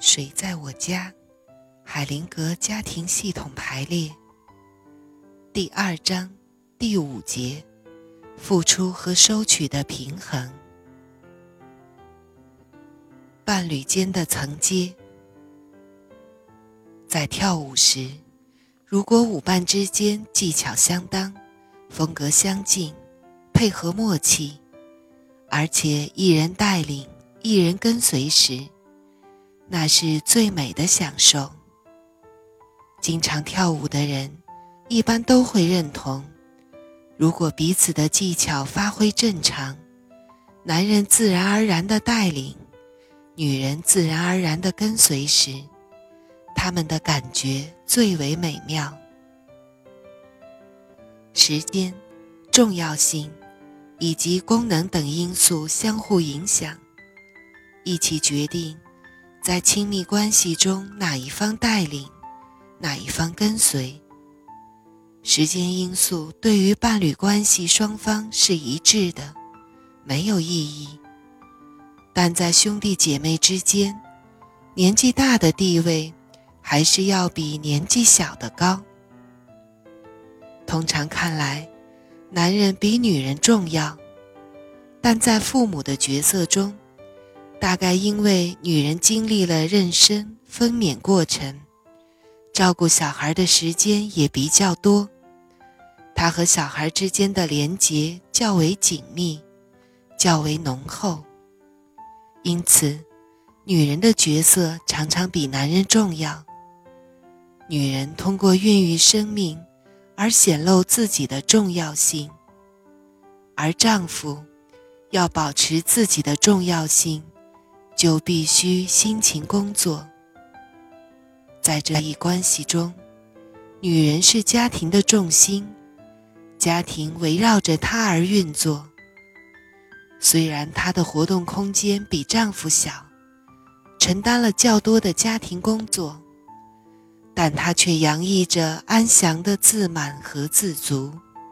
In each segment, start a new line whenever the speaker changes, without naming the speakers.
水在我家，海灵格家庭系统排列，第2章第5节，付出和收取的平衡。伴侣间的层阶。在跳舞时，如果舞伴之间技巧相当，风格相近，配合默契，而且一人带领，一人跟随时，那是最美的享受。经常跳舞的人一般都会认同，如果彼此的技巧发挥正常，男人自然而然地带领，女人自然而然地跟随时，他们的感觉最为美妙。时间、重要性以及功能等因素相互影响，一起决定在亲密关系中哪一方带领，哪一方跟随。时间因素对于伴侣关系双方是一致的，没有异议。但在兄弟姐妹之间，年纪大的地位还是要比年纪小的高。通常看来，男人比女人重要，但在父母的角色中，大概因为女人经历了妊娠、分娩过程，照顾小孩的时间也比较多，她和小孩之间的连结较为紧密，较为浓厚。因此，女人的角色常常比男人重要。女人通过孕育生命而显露自己的重要性，而丈夫要保持自己的重要性，就必须辛勤工作。在这一关系中，女人是家庭的重心，家庭围绕着她而运作。虽然她的活动空间比丈夫小，承担了较多的家庭工作，但她却洋溢着安详的自满和自足。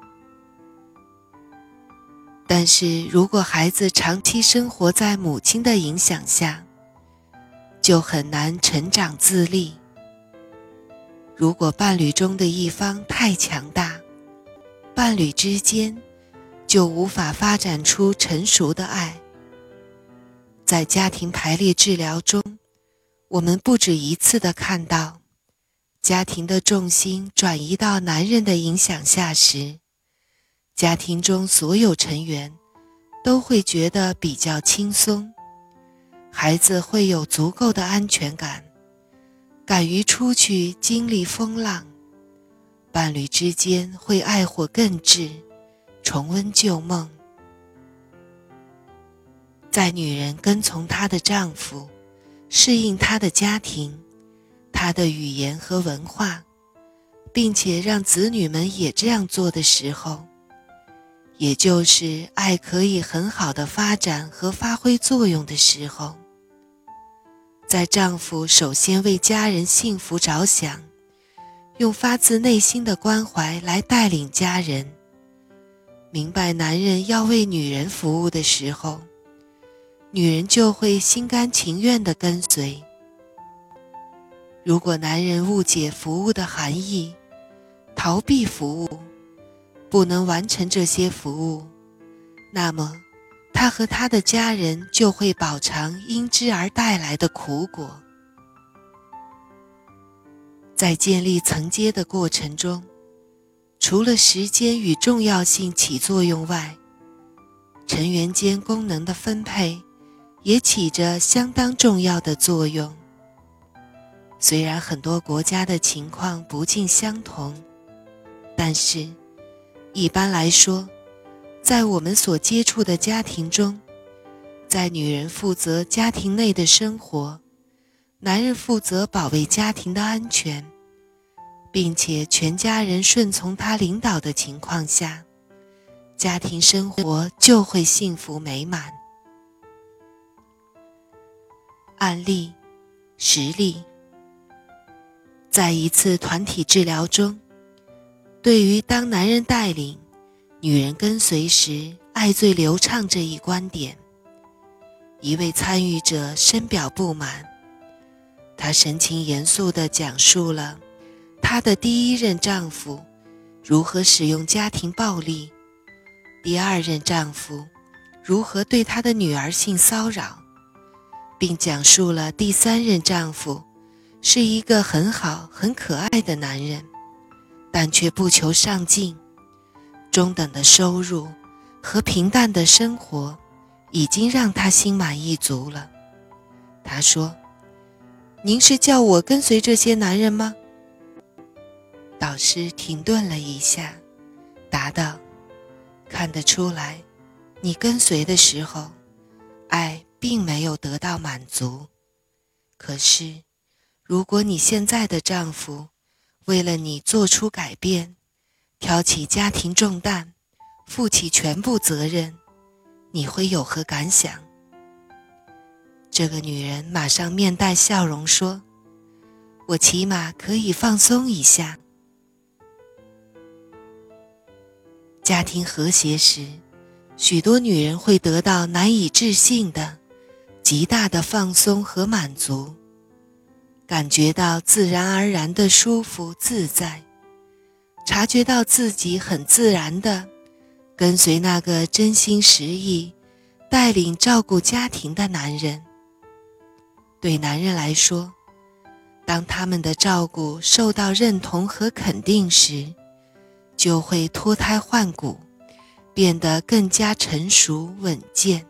但是如果孩子长期生活在母亲的影响下，就很难成长自立。如果伴侣中的一方太强大，伴侣之间就无法发展出成熟的爱。在家庭排列治疗中，我们不止一次地看到，家庭的重心转移到男人的影响下时，家庭中所有成员都会觉得比较轻松，孩子会有足够的安全感，敢于出去经历风浪，伴侣之间会爱火更炽，重温旧梦。在女人跟从她的丈夫，适应她的家庭，她的语言和文化，并且让子女们也这样做的时候，也就是爱可以很好的发展和发挥作用的时候，在丈夫首先为家人幸福着想，用发自内心的关怀来带领家人，明白男人要为女人服务的时候，女人就会心甘情愿地跟随。如果男人误解服务的含义，逃避服务，不能完成这些服务，那么他和他的家人就会饱尝因之而带来的苦果。在建立层阶的过程中，除了时间与重要性起作用外，成员间功能的分配也起着相当重要的作用。虽然很多国家的情况不尽相同，但是一般来说，在我们所接触的家庭中，在女人负责家庭内的生活，男人负责保卫家庭的安全，并且全家人顺从他领导的情况下，家庭生活就会幸福美满。案例、实例。在一次团体治疗中，对于当男人带领，女人跟随时爱最流畅这一观点，一位参与者深表不满。 她神情严肃地讲述了她的第一任丈夫如何使用家庭暴力，第二任丈夫如何对她的女儿性骚扰，并讲述了第三任丈夫是一个很好很可爱的男人，但却不求上进，中等的收入和平淡的生活已经让他心满意足了。他说：您是叫我跟随这些男人吗？导师停顿了一下，答道：看得出来，你跟随的时候，爱并没有得到满足。可是，如果你现在的丈夫为了你做出改变，挑起家庭重担，负起全部责任，你会有何感想？这个女人马上面带笑容说：我起码可以放松一下。家庭和谐时，许多女人会得到难以置信的极大的放松和满足，感觉到自然而然的舒服自在，察觉到自己很自然地跟随那个真心实意带领照顾家庭的男人。对男人来说，当他们的照顾受到认同和肯定时，就会脱胎换骨，变得更加成熟稳健。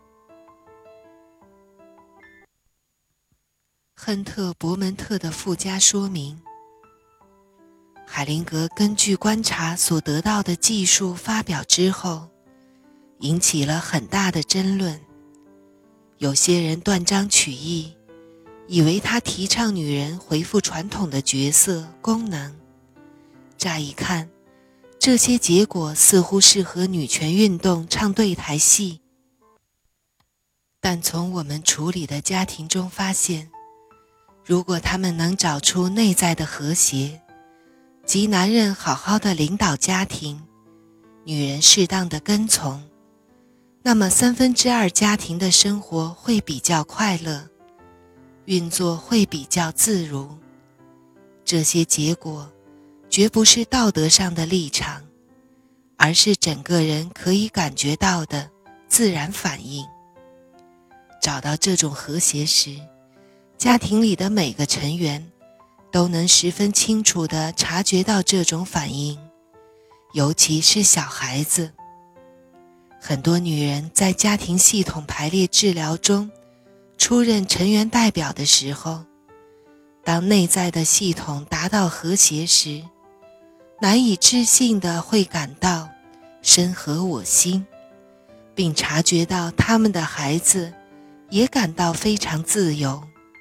亨特·伯门特的附加说明：海灵格根据观察所得到的技术发表之后，引起了很大的争论。有些人断章取义，以为他提倡女人恢复传统的角色功能。乍一看，这些结果似乎是和女权运动唱对台戏。但从我们处理的家庭中发现，如果他们能找出内在的和谐，即男人好好的领导家庭，女人适当的跟从，那么2/3家庭的生活会比较快乐，运作会比较自如。这些结果绝不是道德上的立场，而是整个人可以感觉到的自然反应。找到这种和谐时，家庭里的每个成员都能十分清楚地察觉到这种反应，尤其是小孩子。很多女人在家庭系统排列治疗中出任成员代表的时候，当内在的系统达到和谐时，难以置信地会感到深合我心，并察觉到他们的孩子也感到非常自由。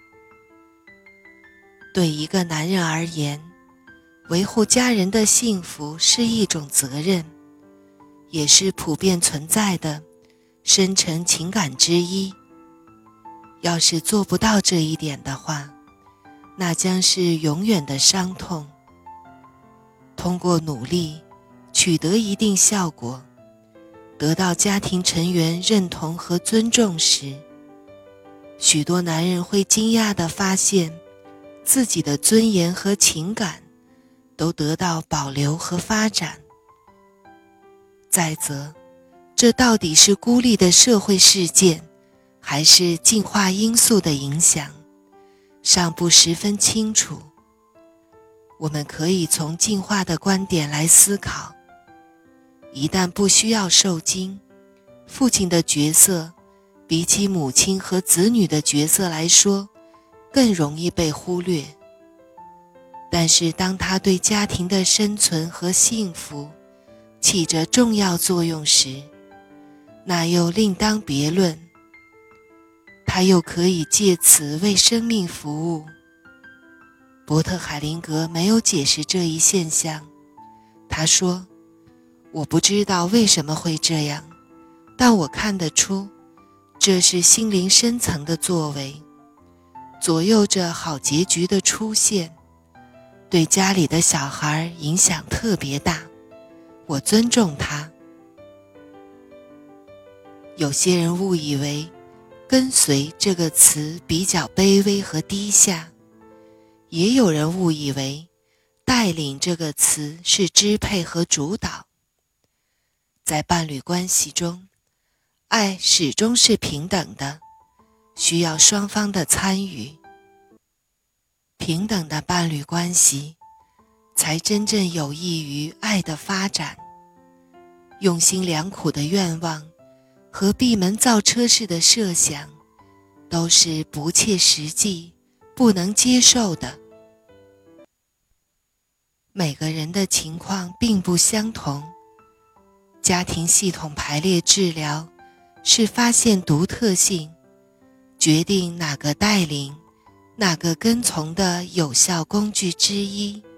对一个男人而言，维护家人的幸福是一种责任，也是普遍存在的深层情感之一。要是做不到这一点的话，那将是永远的伤痛。通过努力取得一定效果，得到家庭成员认同和尊重时，许多男人会惊讶地发现自己的尊严和情感都得到保留和发展。再则，这到底是孤立的社会事件，还是进化因素的影响，尚不十分清楚。我们可以从进化的观点来思考，一旦不需要受精，父亲的角色比起母亲和子女的角色来说更容易被忽略。但是当他对家庭的生存和幸福起着重要作用时，那又另当别论。他又可以借此为生命服务。伯特·海灵格没有解释这一现象。他说：我不知道为什么会这样，但我看得出，这是心灵深层的作为，左右着好结局的出现，对家里的小孩影响特别大，我尊重他。有些人误以为跟随这个词比较卑微和低下， 也有人误以为带领这个词是支配和主导。在伴侣关系中，爱始终是平等的，需要双方的参与。平等的伴侣关系才真正有益于爱的发展。用心良苦的愿望和闭门造车式的设想都是不切实际、不能接受的。每个人的情况并不相同，家庭系统排列治疗是发现独特性，决定哪个带领、哪个跟从的有效工具之一。